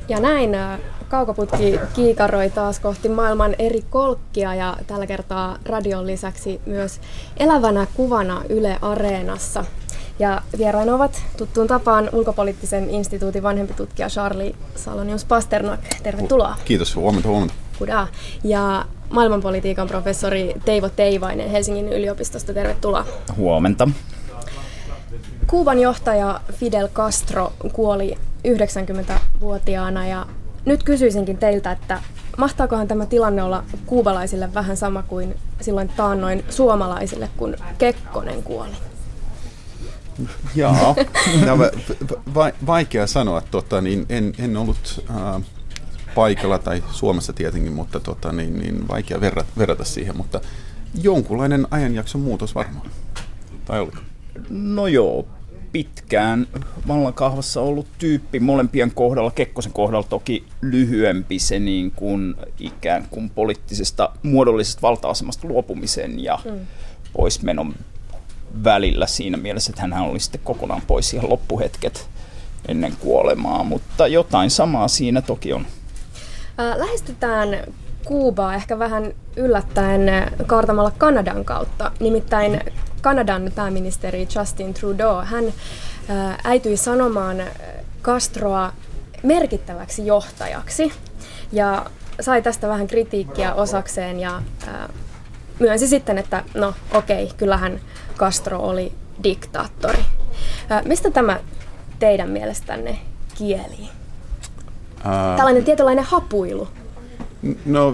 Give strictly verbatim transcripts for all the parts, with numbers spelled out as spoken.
Ja näin kaukoputki kiikaroi taas kohti maailman eri kolkkia ja tällä kertaa radion lisäksi myös elävänä kuvana Yle Areenassa. Ja vieraina ovat tuttuun tapaan ulkopoliittisen instituutin vanhempi tutkija Charlie Salonius-Pasternak. Tervetuloa. Kiitos, huomenta, huomenta. Kuda. Ja maailmanpolitiikan professori Teivo Teivainen Helsingin yliopistosta. Tervetuloa. Huomenta. Kuuban johtaja Fidel Castro kuoli yhdeksänkymmentävuotiaana ja nyt kysyisinkin teiltä, että mahtaakohan tämä tilanne olla kuubalaisille vähän sama kuin silloin taannoin suomalaisille, kun Kekkonen kuoli? Jaa, va- vaikea sanoa. Tota, niin en, en ollut äh, paikalla tai Suomessa tietenkin, mutta tota, niin, niin vaikea verrata, verrata siihen, mutta jonkunlainen ajanjakson muutos varmaan. Tai oliko? No joo, pitkään vallankahvassa ollut tyyppi molempien kohdalla, Kekkosen kohdalla toki lyhyempi se niin kuin ikään kuin poliittisesta muodollisesta valta-asemasta luopumisen ja mm. poismenon välillä siinä mielessä, että hän oli sitten kokonaan pois ihan loppuhetket ennen kuolemaa, mutta jotain samaa siinä toki on. Lähestytään Kuubaa ehkä vähän yllättäen kaartamalla Kanadan kautta. Nimittäin Kanadan pääministeri Justin Trudeau, hän äityi sanomaan Castroa merkittäväksi johtajaksi ja sai tästä vähän kritiikkiä osakseen ja myönsi sitten, että no okei, kyllähän Castro oli diktaattori. Mistä tämä teidän mielestänne kieli? Ää... Tällainen tietynlainen hapuilu. No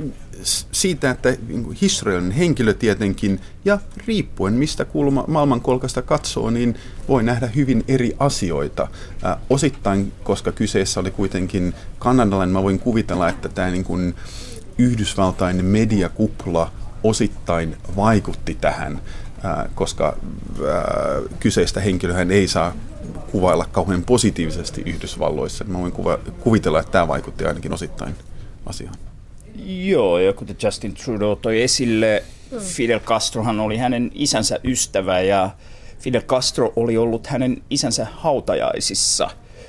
siitä, että historiallinen henkilö tietenkin, ja riippuen mistä kulma maailmankolkasta katsoo, niin voi nähdä hyvin eri asioita. Ää, osittain, koska kyseessä oli kuitenkin kanadalainen, mä voin kuvitella, että tämä niin kuin Yhdysvaltain mediakupla osittain vaikutti tähän, ää, koska ää, kyseistä henkilöä ei saa kuvailla kauhean positiivisesti Yhdysvalloissa. Mä voin kuva, kuvitella, että tämä vaikutti ainakin osittain asiaan. Joo, ja kuten Justin Trudeau toi esille, mm. Fidel Castrohan oli hänen isänsä ystävä, ja Fidel Castro oli ollut hänen isänsä hautajaisissa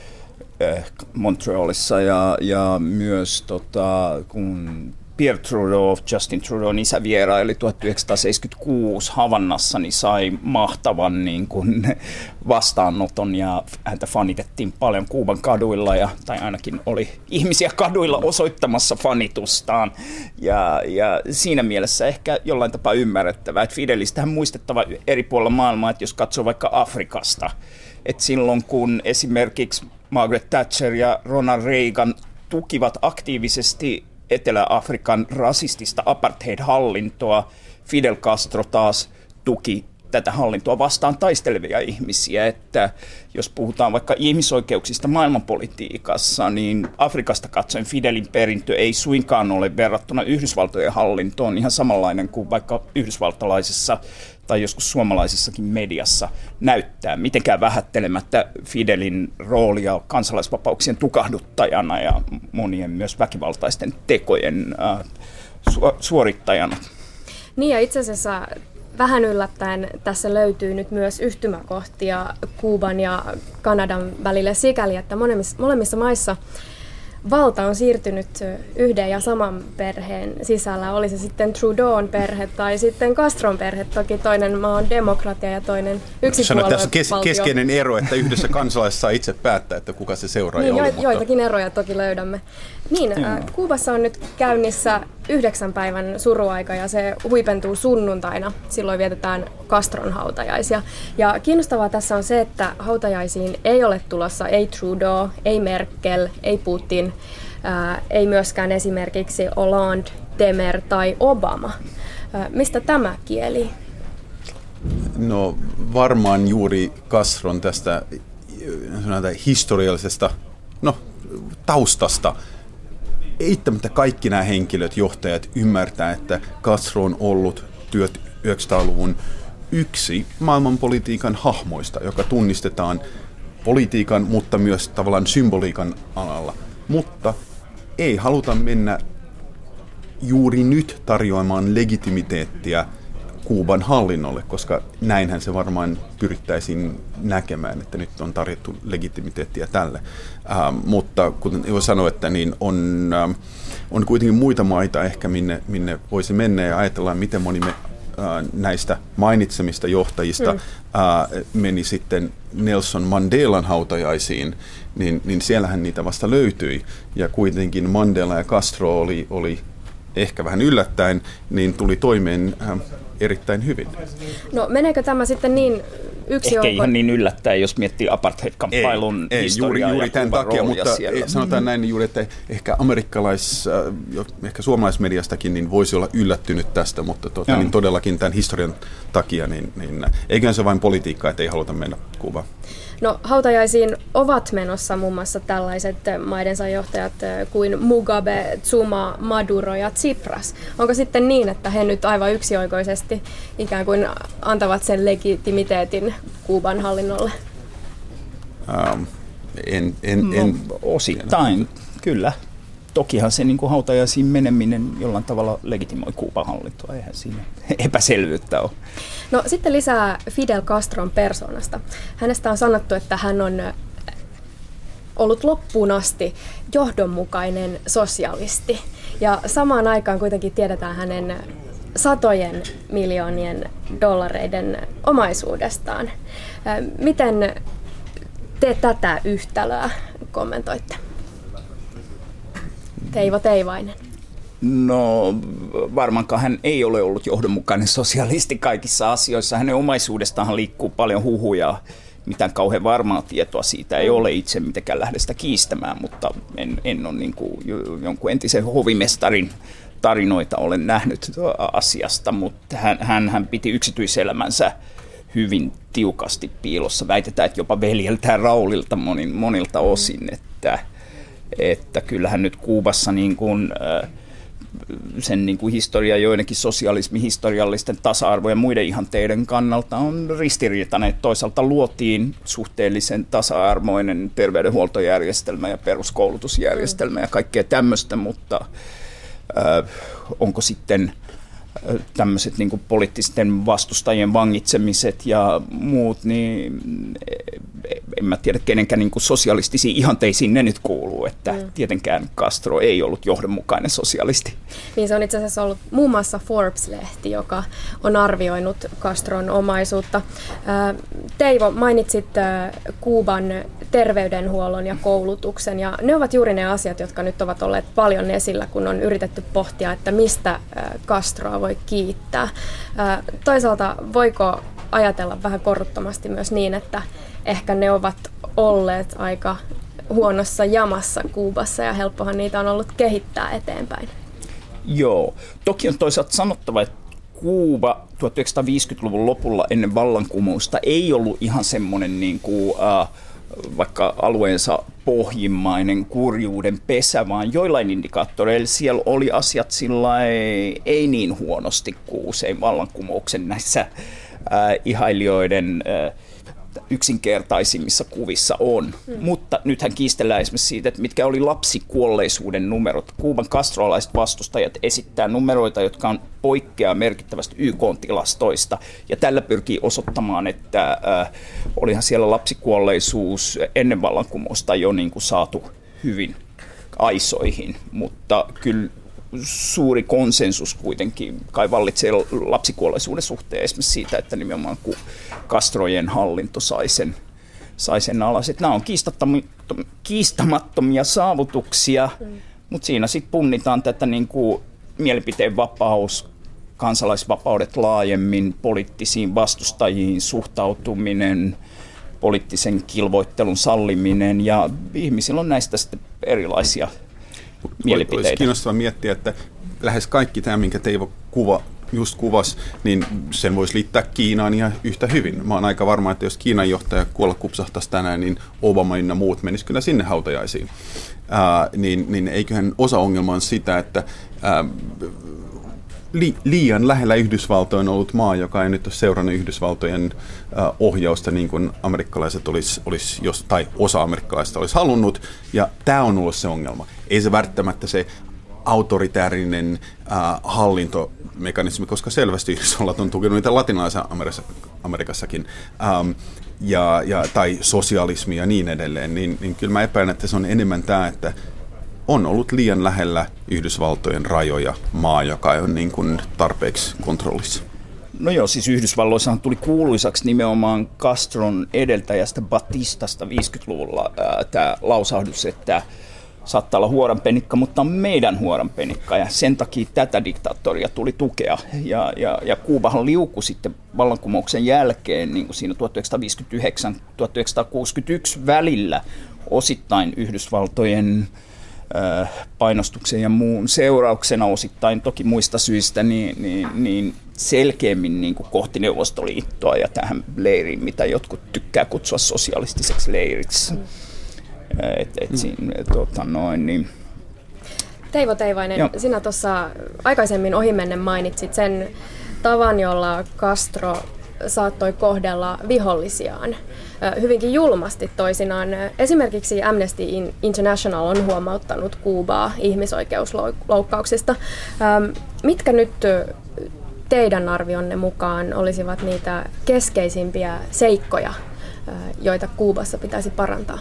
äh, Montrealissa, ja, ja myös tota, kun Pierre Trudeau, Justin Trudeau'n isä vieraili tuhatyhdeksänsataaseitsemänkymmentäkuusi Havannassa, niin sai mahtavan niin kuin, vastaanoton ja häntä fanitettiin paljon Kuuban kaduilla, ja, tai ainakin oli ihmisiä kaduilla osoittamassa fanitustaan. Ja, ja siinä mielessä ehkä jollain tapaa ymmärrettävää, että Fidelistähän muistettava eri puolilla maailmaa, että jos katsoo vaikka Afrikasta, että silloin kun esimerkiksi Margaret Thatcher ja Ronald Reagan tukivat aktiivisesti Etelä-Afrikan rasistista apartheid-hallintoa, Fidel Castro taas tuki tätä hallintoa vastaan taistelevia ihmisiä, että jos puhutaan vaikka ihmisoikeuksista maailmanpolitiikassa, niin Afrikasta katsoen Fidelin perintö ei suinkaan ole verrattuna Yhdysvaltojen hallintoon ihan samanlainen kuin vaikka yhdysvaltalaisessa tai joskus suomalaisessakin mediassa näyttää, mitenkään vähättelemättä Fidelin roolia kansalaisvapauksien tukahduttajana ja monien myös väkivaltaisten tekojen äh, su- suorittajana. Niin ja itse asiassa vähän yllättäen tässä löytyy nyt myös yhtymäkohtia Kuuban ja Kanadan välille sikäli, että molemmissa, molemmissa maissa valta on siirtynyt yhden ja saman perheen sisällä, oli se sitten Trudeau'n perhe tai sitten Castron perhe. Toki toinen maa on demokratia ja toinen yksipuoluevaltio. Sanoit, tässä on kes- keskeinen ero, että yhdessä kansalaisessa saa itse päättää, että kuka se seuraaja niin, oli. Jo, mutta joitakin eroja toki löydämme. Niin, äh, Kuubassa on nyt käynnissä yhdeksän päivän suruaika ja se huipentuu sunnuntaina. Silloin vietetään Castron hautajaisia. Ja kiinnostavaa tässä on se, että hautajaisiin ei ole tulossa ei Trudeau, ei Merkel, ei Putin, ää, ei myöskään esimerkiksi Hollande, Temer tai Obama. Ää, mistä tämä kieli? No varmaan juuri Castron tästä historiallisesta no, taustasta. Eittämättä kaikki nämä henkilöt, johtajat ymmärtää, että Castro on ollut tuhatyhdeksänsataaluvun yksi maailmanpolitiikan hahmoista, joka tunnistetaan politiikan, mutta myös tavallaan symboliikan alalla. Mutta ei haluta mennä juuri nyt tarjoamaan legitimiteettiä Kuuban hallinnolle, koska näinhän se varmaan pyrittäisiin näkemään, että nyt on tarjottu legitimiteettiä tälle. Ähm, mutta kuten jo sanoin, että niin on, ähm, on kuitenkin muita maita ehkä, minne, minne voisi mennä ja ajatellaan, miten moni me, äh, näistä mainitsemista johtajista mm. äh, meni sitten Nelson Mandelan hautajaisiin, niin, niin siellähän niitä vasta löytyi. Ja kuitenkin Mandela ja Castro oli, oli ehkä vähän yllättäen, niin tuli toimeen äh, erittäin hyvin. No meneekö tämä sitten niin yksi Ehkä ihan niin yllättäen, jos miettii apartheid-kamppailun ei, historiaa ei, juuri, juuri tämän takia, mutta siellä. Sanotaan mm-hmm. näin juuri, että ehkä amerikkalais, ehkä suomalaismediastakin niin voisi olla yllättynyt tästä, mutta tuota, niin todellakin tämän historian takia, niin, niin eiköhän se vain politiikkaa, että ei haluta mennä Kuubaan. No hautajaisiin ovat menossa muun muassa tällaiset maidensa johtajat kuin Mugabe, Zuma, Maduro ja Tsipras. Onko sitten niin, että he nyt aivan yksioikoisesti ikään kuin antavat sen legitimiteetin Kuuban hallinnolle? Ähm, en, en, en, no, osittain, kyllä. Tokihan se niin kuin hautajaisiin meneminen jollain tavalla legitimoi Kuuban hallintoa, eihän siinä epäselvyyttä ole. No sitten lisää Fidel Castron persoonasta. Hänestä on sanottu, että hän on ollut loppuun asti johdonmukainen sosialisti. Ja samaan aikaan kuitenkin tiedetään hänen satojen miljoonien dollareiden omaisuudestaan. Miten te tätä yhtälöä kommentoitte? Teivo Teivainen. No varmaankaan hän ei ole ollut johdonmukainen sosialisti kaikissa asioissa. Hänen omaisuudestaan liikkuu paljon huhuja. Mitään kauhean varmaa tietoa siitä ei ole, itse mitenkään lähde sitä kiistämään, mutta en, en ole niin kuin jonkun entisen hovimestarin tarinoita olen nähnyt asiasta, mutta hän, hän, hän piti yksityiselämänsä hyvin tiukasti piilossa. Väitetään, että jopa veljeltään Raulilta monin, monilta osin, että että kyllähän nyt Kuubassa niin kuin, sen niin kuin historia joidenkin sosialismihistoriallisten tasa-arvo- ja muiden ihanteiden kannalta on ristiriitainen. Toisaalta luotiin suhteellisen tasa-arvoinen terveydenhuoltojärjestelmä ja peruskoulutusjärjestelmä ja kaikkea tämmöistä, mutta äh, onko sitten tämmöiset niin kuin poliittisten vastustajien vangitsemiset ja muut, niin en mä tiedä kenenkään niin kuin sosialistisiin ihanteisiin ne nyt kuuluu, että mm. tietenkään Castro ei ollut johdonmukainen sosialisti. Niin se on itse asiassa ollut muun muassa Forbes-lehti, joka on arvioinut Castron omaisuutta. Teivo, mainitsit Kuuban terveydenhuollon ja koulutuksen, ja ne ovat juuri ne asiat, jotka nyt ovat olleet paljon esillä, kun on yritetty pohtia, että mistä Castroa voi kiittää. Toisaalta voiko ajatella vähän korruttomasti myös niin, että ehkä ne ovat olleet aika huonossa jamassa Kuubassa ja helppohan niitä on ollut kehittää eteenpäin. Joo. Toki on toisaalta sanottava, että Kuuba tuhatyhdeksänsataaviisikymmentäluvun lopulla ennen vallankumousta ei ollut ihan semmoinen niin kuin, äh, vaikka alueensa pohjimmainen kurjuuden pesä, vaan joillain indikaattoreilla siellä oli asiat sillä ei, ei niin huonosti kuin usein vallankumouksen näissä äh, ihailijoiden äh, yksinkertaisimmissa kuvissa on. Hmm. Mutta nythän kiistellään esimerkiksi siitä, että mitkä oli lapsikuolleisuuden numerot. Kuuban castrolaiset vastustajat esittää numeroita, jotka on poikkeaa merkittävästi Y K-tilastoista. Ja tällä pyrkii osoittamaan, että äh, olihan siellä lapsikuolleisuus ennen vallankumousta jo niin kuin saatu hyvin aisoihin. Mutta kyllä suuri konsensus kuitenkin kai vallitsee lapsikuolleisuuden suhteen esimerkiksi siitä, että nimenomaan kun Castrojen hallinto sai sen, sai sen alas. Että nämä on kiistamattomia saavutuksia, mm. mutta siinä sitten punnitaan tätä niin kuin mielipiteen vapaus, kansalaisvapaudet laajemmin, poliittisiin vastustajiin suhtautuminen, poliittisen kilvoittelun salliminen ja ihmisillä on näistä sitten erilaisia mielipiteitä. Olisi kiinnostavaa miettiä, että lähes kaikki tämä, minkä Teivo kuva, just kuvasi, niin sen voisi liittää Kiinaan ihan yhtä hyvin. Mä oon aika varma, että jos Kiinan johtaja kuolla kupsahtaisi tänään, niin Obama ja muut menisivät kyllä sinne hautajaisiin. Ää, niin, niin eiköhän osa ongelmaa on sitä, että ää, li, liian lähellä Yhdysvaltoja on ollut maa, joka ei nyt ole seurannut Yhdysvaltojen ää, ohjausta niin kuin amerikkalaiset olisi, olisi jos, tai osa amerikkalaisista olisi halunnut, ja tämä on ollut se ongelma. Ei se välttämättä se autoritäärinen äh, hallintomekanismi, koska selvästi Yhdysvallat on tukenut niitä latinalaisessa Amerikassakin, ähm, ja, ja, tai sosialismi ja niin edelleen, niin, niin kyllä mä epäilen, että se on enemmän tämä, että on ollut liian lähellä Yhdysvaltojen rajoja maa, joka on niin kuin tarpeeksi kontrollissa. No joo, siis Yhdysvalloissahan tuli kuuluisaksi nimenomaan Castron edeltäjästä Batistasta viisikymmentäluvulla tämä lausahdus, että saattaa olla huoranpenikka, mutta on meidän huoranpenikka, ja sen takia tätä diktaattoria tuli tukea. Ja, ja, ja Kuubahan liukui sitten vallankumouksen jälkeen niin kuin siinä tuhatyhdeksänsataaviisikymmentäyhdeksän tuhatyhdeksänsataakuusikymmentäyksi välillä osittain Yhdysvaltojen painostuksen ja muun seurauksena, osittain toki muista syistä, niin, niin, niin selkeämmin niin kuin kohti Neuvostoliittoa ja tähän leiriin, mitä jotkut tykkää kutsua sosialistiseksi leiriksi. Mm. Et, et mm. siinä, tota noin, niin. Teivo Teivainen, Joo. sinä tuossa aikaisemmin ohimennen mainitsit sen tavan, jolla Castro saattoi kohdella vihollisiaan hyvinkin julmasti toisinaan. Esimerkiksi Amnesty International on huomauttanut Kuubaa ihmisoikeusloukkauksista. Mitkä nyt teidän arvionne mukaan olisivat niitä keskeisimpiä seikkoja, joita Kuubassa pitäisi parantaa?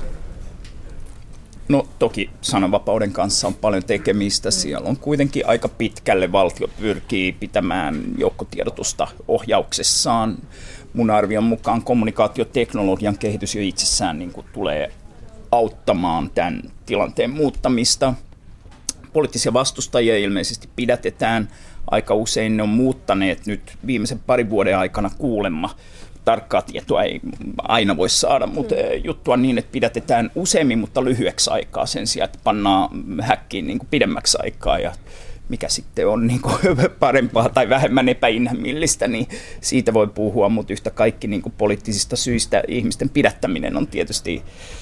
No toki sananvapauden kanssa on paljon tekemistä. Siellä on kuitenkin aika pitkälle valtio pyrkii pitämään joukkotiedotusta ohjauksessaan. Mun arvion mukaan kommunikaatioteknologian kehitys jo itsessään niin kuin tulee auttamaan tämän tilanteen muuttamista. Poliittisia vastustajia ilmeisesti pidätetään. Aika usein ne on muuttaneet nyt viimeisen parin vuoden aikana kuulemma. Tarkkaa tietoa ei aina voi saada, mutta juttua niin, että pidätetään useammin, mutta lyhyeksi aikaa sen sijaan, että pannaan häkkiin niin kuin pidemmäksi aikaa. Ja mikä sitten on niin kuin parempaa tai vähemmän epäinhimillistä, niin siitä voi puhua, mutta yhtä kaikki niin kuin poliittisista syistä ihmisten pidättäminen on tietysti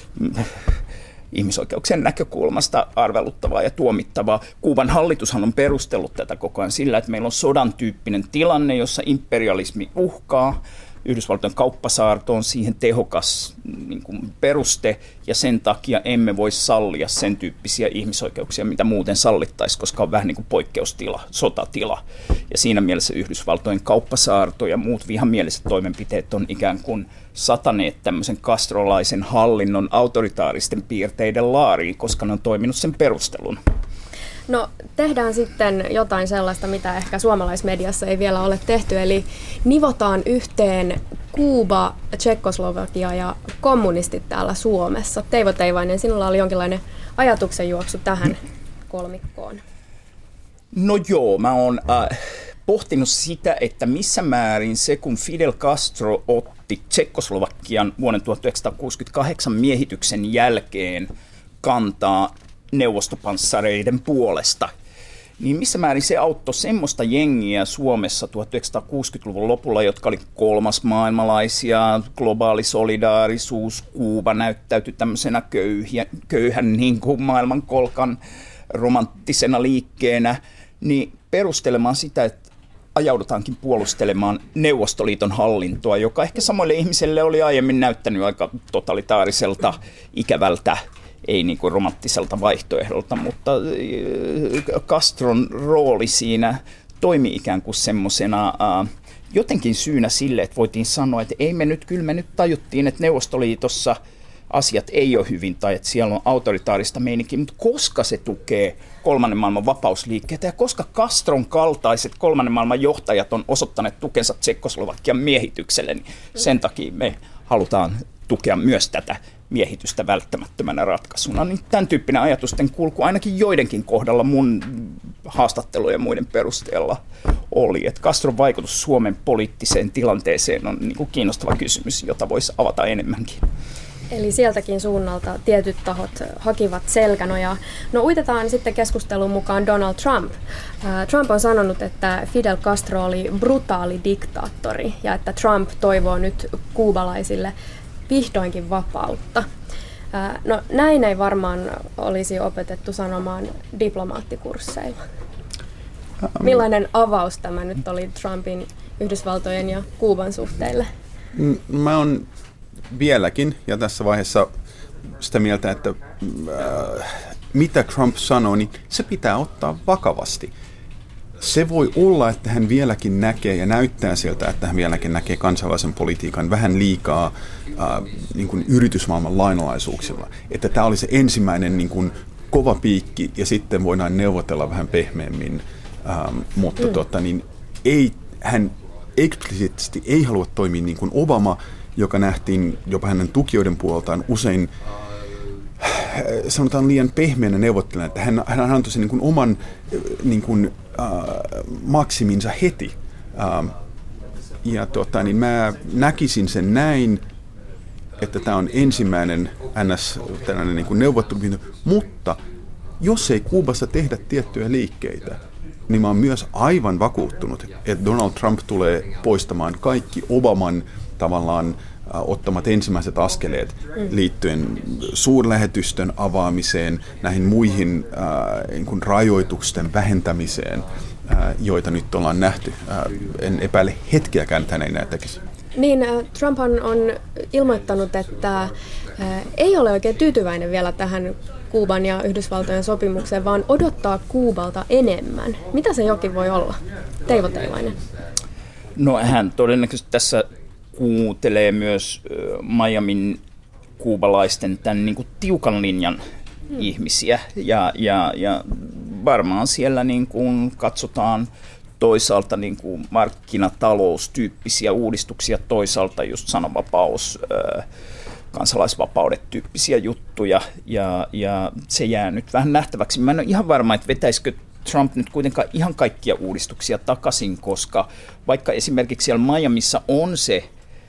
ihmisoikeuksien näkökulmasta arveluttavaa ja tuomittavaa. Kuuban hallitushan on perustellut tätä koko ajan sillä, että meillä on sodan tyyppinen tilanne, jossa imperialismi uhkaa. Yhdysvaltojen kauppasaarto on siihen tehokas niin kuin peruste, ja sen takia emme voi sallia sen tyyppisiä ihmisoikeuksia, mitä muuten sallittaisiin, koska on vähän niin kuin poikkeustila, sotatila. Ja siinä mielessä Yhdysvaltojen kauppasaarto ja muut vihamieliset toimenpiteet on ikään kuin sataneet tämmöisen kastrolaisen hallinnon autoritaaristen piirteiden laariin, koska ne on toiminut sen perustelun. No tehdään sitten jotain sellaista, mitä ehkä suomalaismediassa ei vielä ole tehty, eli nivotaan yhteen Kuuba, Tšekkoslovakia ja kommunistit täällä Suomessa. Teivo Teivainen, sinulla oli jonkinlainen ajatuksenjuoksu tähän kolmikkoon. No joo, mä oon äh, pohtinut sitä, että missä määrin se, kun Fidel Castro otti Tšekkoslovakian vuoden tuhatyhdeksänsataakuusikymmentäkahdeksan miehityksen jälkeen kantaa neuvostopanssareiden puolesta, niin missä määrin se auttoi semmoista jengiä Suomessa tuhatyhdeksänsataakuusikymmentäluvun lopulla, jotka oli kolmas maailmalaisia, globaali solidaarisuus, Kuuba näyttäytyi tämmöisenä köyhiä, köyhän niin kuin maailmankolkan romanttisena liikkeenä, niin perustelemaan sitä, että ajaudutaankin puolustelemaan Neuvostoliiton hallintoa, joka ehkä samoille ihmisille oli aiemmin näyttänyt aika totalitaariselta, ikävältä, ei niin kuin romanttiselta vaihtoehdolta, mutta Castron rooli siinä toimi ikään kuin semmoisena uh, jotenkin syynä sille, että voitiin sanoa, että ei me nyt, kyllä me nyt tajuttiin, että Neuvostoliitossa asiat ei ole hyvin tai että siellä on autoritaarista meininkiä, mutta koska se tukee kolmannen maailman vapausliikkeitä ja koska Castron kaltaiset kolmannen maailman johtajat on osoittaneet tukensa Tšekkoslovakian miehitykselle, niin sen takia me halutaan tukea myös tätä miehitystä välttämättömänä ratkaisuna. Niin tämän tyyppinen ajatusten kulku ainakin joidenkin kohdalla mun haastattelujen ja muiden perusteella oli. Että Castron vaikutus Suomen poliittiseen tilanteeseen on niin kuin kiinnostava kysymys, jota voisi avata enemmänkin. Eli sieltäkin suunnalta tietyt tahot hakivat selkänojaa. No uitetaan sitten keskustelun mukaan Donald Trump. Trump on sanonut, että Fidel Castro oli brutaali diktaattori ja että Trump toivoo nyt kuubalaisille vihdoinkin vapautta. No näin ei varmaan olisi opetettu sanomaan diplomaattikursseilla. Millainen avaus tämä nyt oli Trumpin, Yhdysvaltojen ja Kuuban suhteille? Mä oon vieläkin ja tässä vaiheessa sitä mieltä, että mitä Trump sanoo, niin se pitää ottaa vakavasti. Se voi olla, että hän vieläkin näkee ja näyttää sieltä, että hän vieläkin näkee kansainvälisen politiikan vähän liikaa äh, niin kuin yritysmaailman lainalaisuuksilla. Että tämä oli se ensimmäinen niin kuin kova piikki ja sitten voidaan neuvotella vähän pehmeämmin, ähm, mutta mm. tota, niin ei, hän eksplisiittisesti ei halua toimia niin kuin Obama, joka nähtiin jopa hänen tukijoiden puoleltaan usein sanotaan liian pehmeänä neuvottelijana, että hän, hän antoi sen niin kuin oman niin kuin, äh, maksiminsa heti. Ähm, ja tota, niin mä näkisin sen näin, että tämä on ensimmäinen N S tällainen niin kuin neuvottelupinto, mutta jos ei Kuubassa tehdä tiettyjä liikkeitä, niin mä oon myös aivan vakuuttunut, että Donald Trump tulee poistamaan kaikki Obaman tavallaan ottamat ensimmäiset askeleet liittyen suurlähetystön avaamiseen, näihin muihin äh, niin kuin rajoitusten vähentämiseen, äh, joita nyt ollaan nähty. Äh, en epäile hetkeäkään, että hän ei näitä tekisi. Niin, Trump on ilmoittanut, että äh, ei ole oikein tyytyväinen vielä tähän Kuuban ja Yhdysvaltojen sopimukseen, vaan odottaa Kuubalta enemmän. Mitä se jokin voi olla? Teivo Teivainen. No hän todennäköisesti tässä kuuntelee myös Miamin kuubalaisten tämän niin kuin tiukan linjan hmm. ihmisiä ja, ja, ja varmaan siellä niin kuin katsotaan toisaalta niin kuin markkinataloustyyppisiä uudistuksia, toisaalta just sananvapaus, kansalaisvapaudet tyyppisiä juttuja ja, ja se jää nyt vähän nähtäväksi. Mä en ole ihan varma, että vetäisikö Trump nyt kuitenkaan ihan kaikkia uudistuksia takaisin, koska vaikka esimerkiksi siellä Miamiissa on se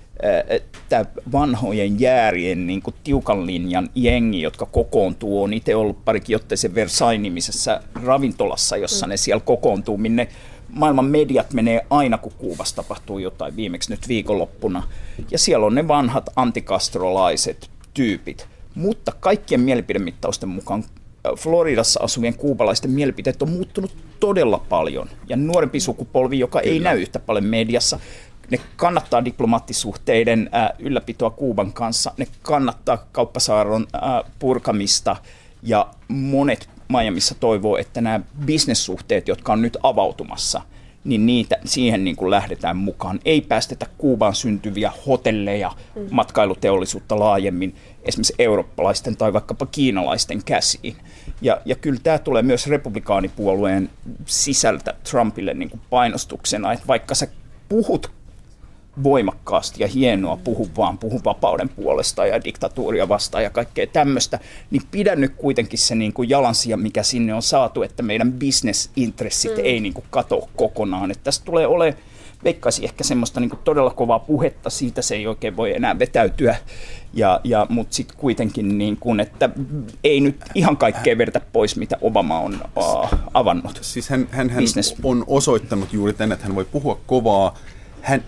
että vanhojen jäärien niin kuin tiukan linjan jengi, jotka kokoontuu, on itse ollut parikin otteeseen Versailles-nimisessä ravintolassa, jossa mm. ne siellä kokoontuu, minne maailman mediat menee aina, kun Kuubassa tapahtuu jotain, viimeksi nyt viikonloppuna. Ja siellä on ne vanhat antikastrolaiset tyypit, mutta kaikkien mielipidemittausten mukaan Floridassa asuvien kuubalaisten mielipiteet on muuttunut todella paljon. Ja nuorempi sukupolvi, joka Kyllä. ei näy yhtä paljon mediassa, ne kannattaa diplomaattisuhteiden äh, ylläpitoa Kuuban kanssa, ne kannattaa kauppasaaron äh, purkamista ja monet Miamiissa toivoo, että nämä bisnessuhteet, jotka on nyt avautumassa, niin niitä, siihen niin kuin lähdetään mukaan. Ei päästetä Kuubaan syntyviä hotelleja, mm. matkailuteollisuutta laajemmin esimerkiksi eurooppalaisten tai vaikkapa kiinalaisten käsiin. Ja, ja kyllä tämä tulee myös republikaanipuolueen sisältä Trumpille niin kuin painostuksena, että vaikka sä puhut voimakkaasti ja hienoa, puhu vaan, puhu vapauden puolesta ja diktatuuria vastaan ja kaikkea tämmöistä, niin pidä nyt kuitenkin se niin kuin jalansija, mikä sinne on saatu, että meidän business-intressit mm. ei niin kuin katoa kokonaan. Että tästä tulee olemaan, veikkaisin ehkä semmoista niin kuin todella kovaa puhetta, siitä se ei oikein voi enää vetäytyä, ja, ja, mutta sitten kuitenkin, niin kuin, että ei nyt ihan kaikkea vedetä pois, mitä Obama on uh, avannut. Siis hän, hän, hän on osoittanut juuri tänne, että hän voi puhua kovaa. Hän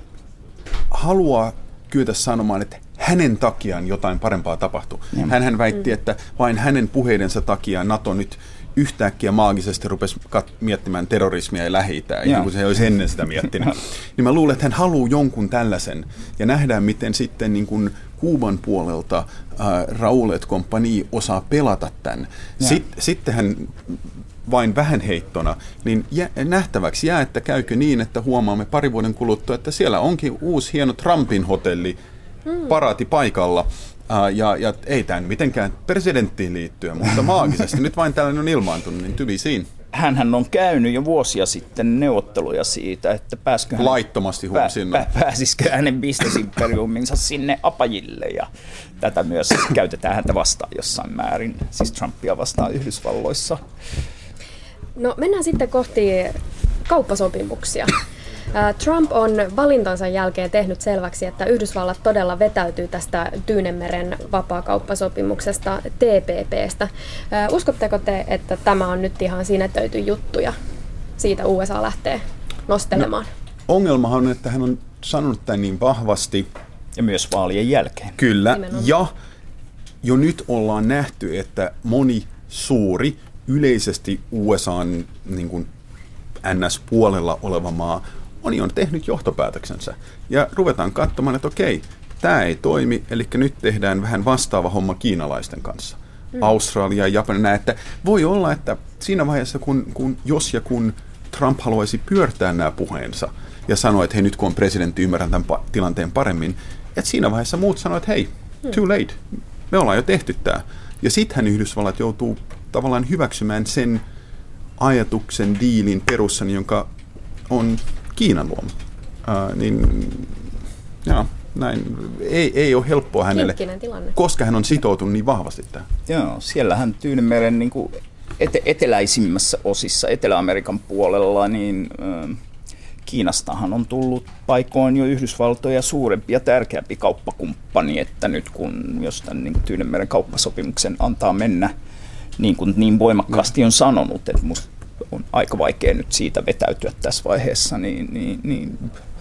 haluaa kyetä sanomaan, että hänen takiaan jotain parempaa tapahtuu. Hän, hän väitti, että vain hänen puheidensa takia NATO nyt yhtäkkiä maagisesti rupesi kat- miettimään terrorismia ja Lähi-Itää, ihan kuin se ei olisi ennen sitä miettinyt. Niin mä luulen, että hän haluaa jonkun tällaisen, ja nähdään, miten sitten niin kuin Kuuban puolelta äh, Raúl et compagnie osaa pelata tämän. Sitten, sitten hän vain vähän heittona, niin jä, nähtäväksi jää, että käykö niin, että huomaamme pari vuoden kuluttua, että siellä onkin uusi hieno Trumpin hotelli hmm. paraati paikalla, uh, ja, ja ei tämän mitenkään presidenttiin liittyen, mutta maagisesti nyt vain tällainen on ilmaantunut, niin tyvi siinä. Hänhän on käynyt jo vuosia sitten neuvotteluja siitä, että pääskö hän, laittomasti pää, pää, pääsisikö hänen bisnesimperiuminsa sinne apajille, ja tätä myös käytetään häntä vastaan jossain määrin, siis Trumpia vastaan Yhdysvalloissa. No mennään sitten kohti kauppasopimuksia. Trump on valintansa jälkeen tehnyt selväksi, että Yhdysvallat todella vetäytyy tästä Tyynenmeren vapaakauppasopimuksesta T P P:stä. Uskotteko te, että tämä on nyt ihan sinetöity juttu ja siitä U S A lähtee nostelemaan? No, ongelmahan on, että hän on sanonut tämän niin vahvasti. Ja myös vaalien jälkeen. Kyllä, Nimenomaan. Ja jo nyt ollaan nähty, että moni suuri yleisesti U S A:n niin kuin N S-puolella oleva maa on jo tehnyt johtopäätöksensä. Ja ruvetaan katsomaan, että okei, tämä ei toimi, eli nyt tehdään vähän vastaava homma kiinalaisten kanssa. mm. Australia, Japani, näin, että voi olla, että siinä vaiheessa, kun, kun, jos ja kun Trump haluaisi pyörtää nämä puheensa ja sanoa, että hei, nyt kun on presidentti, ymmärrän tämän pa- tilanteen paremmin, että siinä vaiheessa muut sanoo, että hei, mm. too late, me ollaan jo tehty tämä. Ja sittenhän Yhdysvallat joutuu tavallaan hyväksymään sen ajatuksen, diilin, perussan, jonka on Kiinan luoma. Uh, niin, ja, näin. Ei, ei ole helppoa hänelle, koska hän on sitoutunut niin vahvasti tähän. Joo, siellähän Tyynenmeren niin kuin ete- eteläisimmässä osissa, Etelä-Amerikan puolella, niin äh, Kiinastahan on tullut paikoin jo Yhdysvaltoja suurempi ja tärkeämpi kauppakumppani, että nyt kun jos tämän niin kuin Tyynenmeren kauppasopimuksen antaa mennä, niin kuin niin voimakkaasti on sanonut, että musta on aika vaikea nyt siitä vetäytyä tässä vaiheessa, niin, niin, niin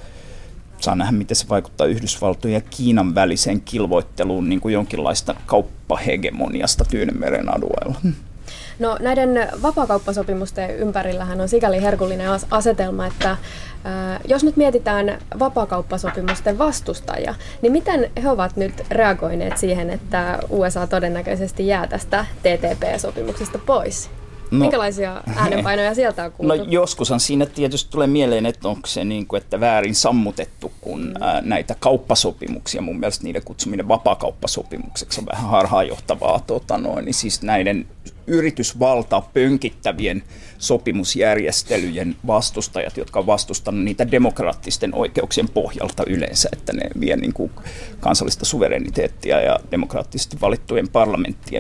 saa nähdä, miten se vaikuttaa Yhdysvaltojen ja Kiinan väliseen kilvoitteluun niin kuin jonkinlaista kauppahegemoniasta Tyynenmeren alueella. No näiden vapaakauppasopimusten ympärillähän on sikäli herkullinen asetelma, että äh, jos nyt mietitään vapaakauppasopimusten vastustajia, niin miten he ovat nyt reagoineet siihen, että U S A todennäköisesti jää tästä T T P-sopimuksesta pois? No, minkälaisia äänenpainoja sieltä on kuultu? No joskushan siinä tietysti tulee mieleen, että onko se niin kuin, että väärin sammutettu, kun mm. ää, näitä kauppasopimuksia, mun mielestä niiden kutsuminen vapaakauppasopimukseksi on vähän harhaanjohtavaa, tota noin, niin siis näiden yritysvaltaa pönkittävien sopimusjärjestelyjen vastustajat, jotka on vastustanut niitä demokraattisten oikeuksien pohjalta yleensä, että ne vie niin kuin kansallista suvereniteettia ja demokraattisesti valittujen parlamenttien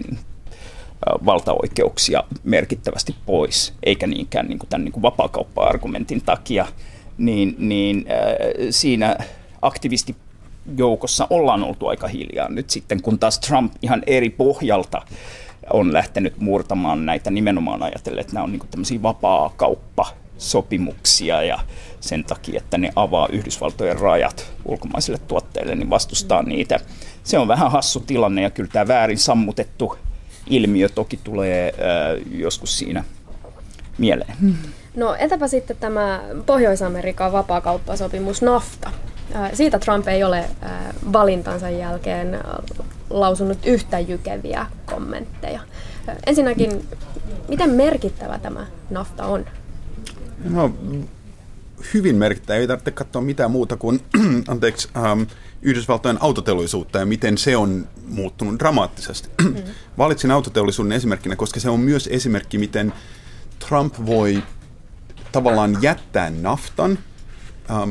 valtaoikeuksia merkittävästi pois, eikä niinkään niin kuin tämän niin kuin vapaakauppa-argumentin takia, niin, niin äh, siinä aktivistijoukossa ollaan oltu aika hiljaa nyt sitten, kun taas Trump ihan eri pohjalta on lähtenyt murtamaan näitä nimenomaan ajatellen, että nämä on niin kuin tämmöisiä vapaakauppasopimuksia ja sen takia, että ne avaa Yhdysvaltojen rajat ulkomaisille tuotteille, niin vastustaa niitä. Se on vähän hassu tilanne ja kyllä tämä väärin sammutettu ilmiö toki tulee äh, joskus siinä mieleen. No entäpä sitten tämä Pohjois-Amerikan vapaakauppasopimus NAFTA? Äh, siitä Trump ei ole äh, valintansa jälkeen äh, lausunut yhtä jykeviä kommentteja. Äh, ensinnäkin, miten merkittävä tämä NAFTA on? No, hyvin merkittävä. Ei tarvitse katsoa mitään muuta kuin anteeksi, ähm, Yhdysvaltojen autoteollisuutta ja miten se on muuttunut dramaattisesti. Mm. Valitsin autoteollisuuden esimerkkinä, koska se on myös esimerkki, miten Trump voi tavallaan jättää NAFTAn ähm,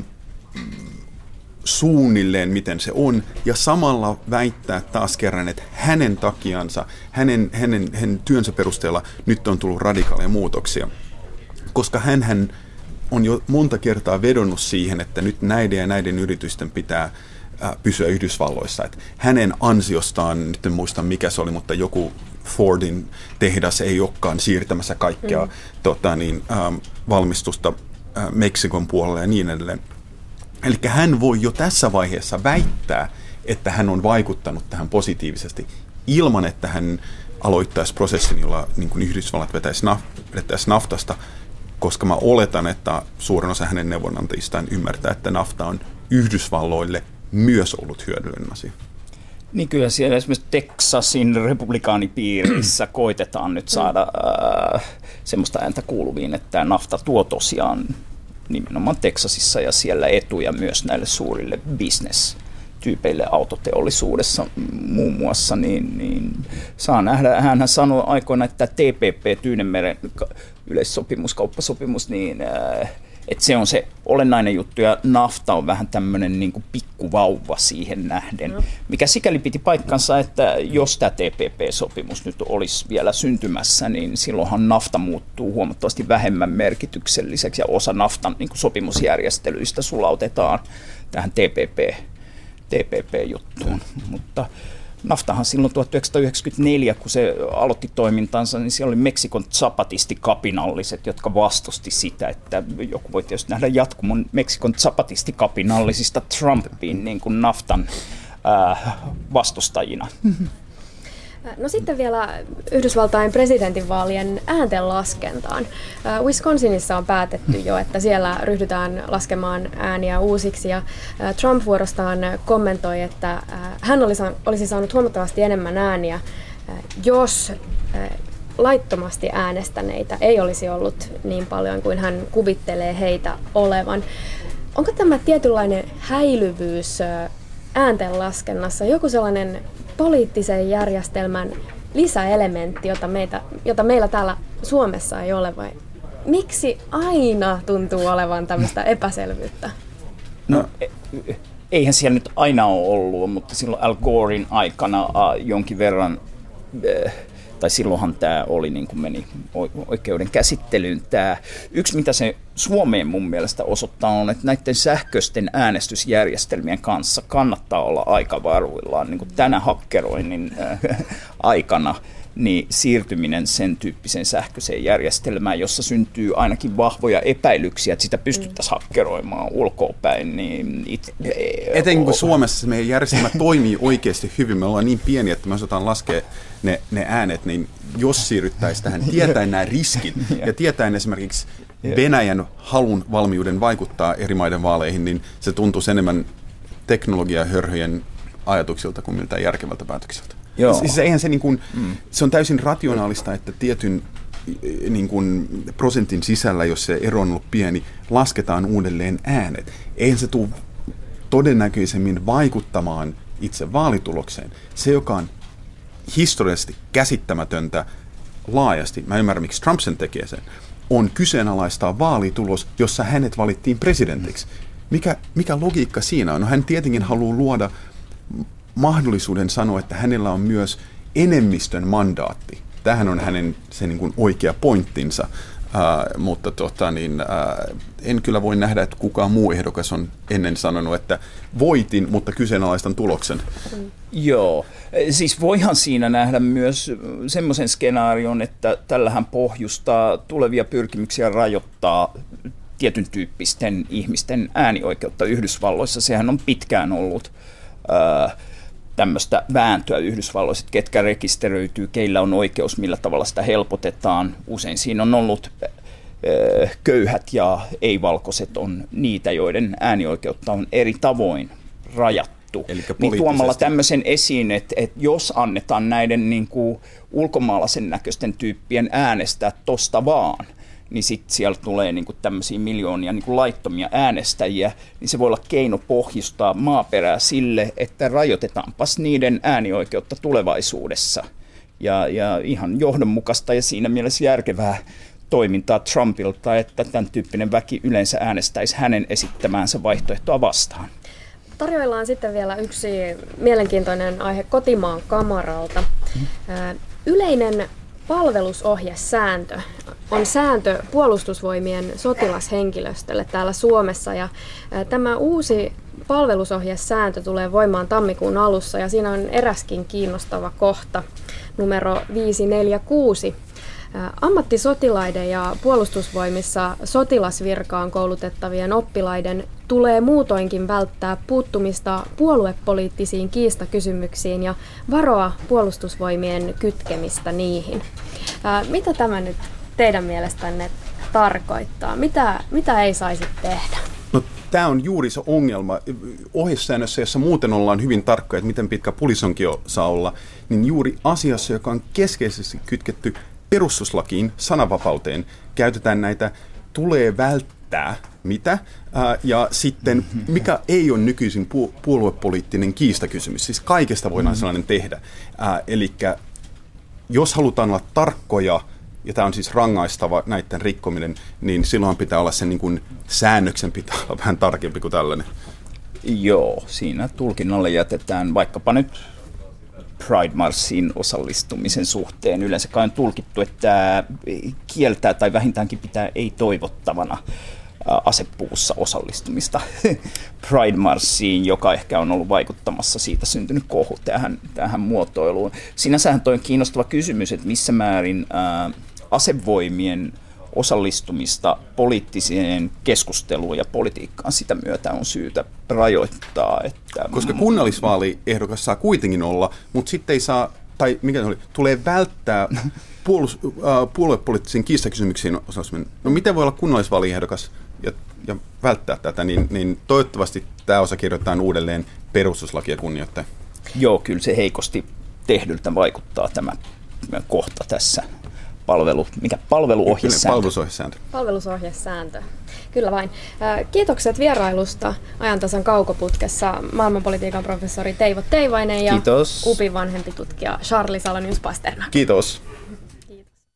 suunnilleen, miten se on, ja samalla väittää taas kerran, että hänen takiansa, hänen, hänen, hänen työnsä perusteella nyt on tullut radikaaleja muutoksia. Koska hänhän on jo monta kertaa vedonnut siihen, että nyt näiden ja näiden yritysten pitää pysyä Yhdysvalloissa. Että hänen ansiostaan, nyt en muista mikä se oli, mutta joku Fordin tehdas ei olekaan siirtämässä kaikkea mm. tota, niin, ähm, valmistusta äh, Meksikon puolelle ja niin edelleen. Eli hän voi jo tässä vaiheessa väittää, että hän on vaikuttanut tähän positiivisesti ilman, että hän aloittaisi prosessin, jolla niin kuin Yhdysvallat vetäisi, naf- vetäisi naftasta, koska mä oletan, että suurin osa hänen neuvonantajistaan ymmärtää, että nafta on Yhdysvalloille myös ollut hyödyllinen asia. Niin kyllä siellä esimerkiksi Texasin republikaanipiirissä koitetaan nyt saada äh, semmoista ääntä kuuluviin, että nafta tuo tosiaan nimenomaan Texasissa ja siellä etuja myös näille suurille business-tyypeille autoteollisuudessa muun muassa, niin, niin saa nähdä. Hänhän sanoi aikoina, että T P P, Tyynenmeren yleissopimus, kauppasopimus, niin äh, että se on se olennainen juttu, ja NAFTA on vähän tämmöinen niin kuin pikkuvauva siihen nähden, no. mikä sikäli piti paikkansa, että jos tämä T P P-sopimus nyt olisi vielä syntymässä, niin silloinhan NAFTA muuttuu huomattavasti vähemmän merkitykselliseksi, ja osa NAFTAn niin kuin sopimusjärjestelyistä sulautetaan tähän T P P, T P P-juttuun, mutta NAFTAhan silloin tuhatyhdeksänsataayhdeksänkymmentäneljä, kun se aloitti toimintansa, niin siellä oli Meksikon zapatistikapinalliset, jotka vastusti sitä, että joku voi tietysti nähdä jatkumon Meksikon zapatistikapinallisista Trumpiin niin kuin NAFTAn ää, vastustajina. No sitten vielä Yhdysvaltain presidentinvaalien ääntenlaskentaan. Wisconsinissa on päätetty jo, että siellä ryhdytään laskemaan ääniä uusiksi, ja Trump vuorostaan kommentoi, että hän olisi saanut huomattavasti enemmän ääniä jos laittomasti äänestäneitä ei olisi ollut niin paljon kuin hän kuvittelee heitä olevan. Onko tämä tietynlainen häilyvyys ääntenlaskennassa joku sellainen poliittisen järjestelmän lisäelementti, jota, meitä, jota meillä täällä Suomessa ei ole, vai miksi aina tuntuu olevan tämmöistä epäselvyyttä? No, eihän siellä nyt aina ole ollut, mutta silloin Al Goren aikana äh, jonkin verran, äh, tai silloinhan tämä oli, niin kuin meni oikeuden käsittelyyn tämä. Yksi, mitä se Suomeen mun mielestä osoittaa, on, että näiden sähköisten äänestysjärjestelmien kanssa kannattaa olla aika varuillaan. Niin kuin tänä hakkeroinnin äh, aikana, niin siirtyminen sen tyyppiseen sähköiseen järjestelmään, jossa syntyy ainakin vahvoja epäilyksiä, että sitä pystyttäisiin hakkeroimaan ulkoapäin. Niin it, Etenkin kun Suomessa meidän järjestelmä toimii oikeasti hyvin, me ollaan niin pieni, että me osataan laskea ne, ne äänet, niin jos siirryttäisiin tähän, tietäen nämä riskit ja tietäen esimerkiksi Venäjän halun valmiuden vaikuttaa eri maiden vaaleihin, niin se tuntuisi enemmän teknologiahörhyjen ajatuksilta kuin miltään järkevältä päätökseltä. Joo. Siis eihän se, niin kuin, mm. se on täysin rationaalista, että tietyn niin kuin, prosentin sisällä, jos se ero on ollut pieni, lasketaan uudelleen äänet. Eihän se tule todennäköisemmin vaikuttamaan itse vaalitulokseen. Se, joka on historiallisesti käsittämätöntä laajasti, mä ymmärrän, miksi Trump sen tekee sen, on kyseenalaistaa vaalitulos, jossa hänet valittiin presidentiksi. Mikä, mikä logiikka siinä on? No hän tietenkin haluaa luoda mahdollisuuden sanoa, että hänellä on myös enemmistön mandaatti. Tämähän on hänen se niin kuin oikea pointtinsa, uh, mutta tota, niin, uh, en kyllä voi nähdä, että kukaan muu ehdokas on ennen sanonut, että voitin, mutta kyseenalaistan tuloksen. Mm. Joo, siis voihan siinä nähdä myös semmoisen skenaarion, että tällähän pohjustaa tulevia pyrkimyksiä rajoittaa tietyn tyyppisten ihmisten äänioikeutta Yhdysvalloissa. Sehän on pitkään ollut uh, tämmöistä vääntöä Yhdysvalloissa, ketkä rekisteröityy, keillä on oikeus, millä tavalla sitä helpotetaan. Usein siinä on ollut ö, köyhät ja ei-valkoiset on niitä, joiden äänioikeutta on eri tavoin rajattu. Niin tuomalla tämmöisen esiin, että, että jos annetaan näiden niin kuin ulkomaalaisen näköisten tyyppien äänestää tosta vaan, niin sitten siellä tulee niinku tämmöisiä miljoonia niinku laittomia äänestäjiä, niin se voi olla keino pohjustaa maaperää sille, että rajoitetaanpas niiden äänioikeutta tulevaisuudessa. Ja, ja ihan johdonmukaista ja siinä mielessä järkevää toimintaa Trumpilta, että tämän tyyppinen väki yleensä äänestäisi hänen esittämäänsä vaihtoehtoa vastaan. Tarjoillaan sitten vielä yksi mielenkiintoinen aihe kotimaan kamaralta. Yleinen palvelusohjesääntö on sääntö puolustusvoimien sotilashenkilöstölle täällä Suomessa. Ja tämä uusi palvelusohjesääntö tulee voimaan tammikuun alussa ja siinä on eräskin kiinnostava kohta, numero viisi neljä kuusi. Ammattisotilaiden ja puolustusvoimissa sotilasvirkaan koulutettavien oppilaiden tulee muutoinkin välttää puuttumista puoluepoliittisiin kiistakysymyksiin ja varoa puolustusvoimien kytkemistä niihin. Ää, mitä tämä nyt teidän mielestänne tarkoittaa? Mitä, mitä ei saisi tehdä? No, tämä on juuri se ongelma. Ohjesäännössä, jossa muuten ollaan hyvin tarkkoja, että miten pitkä pulisonkio saa olla, niin juuri asiassa, joka on keskeisesti kytketty perustuslakiin, sananvapauteen, käytetään näitä tulee välttää mitä, ää, ja sitten mikä ei ole nykyisin pu- puoluepoliittinen kiistakysymys. Siis kaikesta voidaan sellainen tehdä. Eli jos halutaan olla tarkkoja, ja tämä on siis rangaistava näiden rikkominen, niin silloin pitää olla sen niin kuin säännöksen pitää olla vähän tarkempi kuin tällainen. Joo, siinä tulkinnalle jätetään vaikkapa nyt Pride-marssiin osallistumisen suhteen. Yleensä kai on tulkittu, että kieltää tai vähintäänkin pitää ei-toivottavana asepuussa osallistumista Pride-marssiin, joka ehkä on ollut vaikuttamassa siitä syntynyt kohu tähän, tähän muotoiluun. Sinänsähän toi on kiinnostava kysymys, että missä määrin ää, asevoimien osallistumista poliittiseen keskusteluun ja politiikkaan sitä myötä on syytä rajoittaa. Että koska kunnallisvaaliehdokas saa kuitenkin olla, mutta sitten ei saa, tai mikä se oli, tulee välttää puolus, äh, puoluepoliittisiin kiistakysymyksiin osallistuminen. No miten voi olla kunnallisvaaliehdokas ja, ja välttää tätä, niin, niin toivottavasti tämä osa kirjoitetaan uudelleen perustuslakia kunnioittain. Joo, kyllä se heikosti tehdyltä vaikuttaa tämä kohta tässä. Palvelu, mikä palveluohjesääntö? Palvelusohjesääntö. Palvelusohjesääntö. Kyllä vain. Kiitokset vierailusta Ajantasan kaukoputkessa maailmanpolitiikan professori Teivo Teivainen ja Kiitos. UPin vanhempi tutkija Charlie Salonius Pasternak. Kiitos.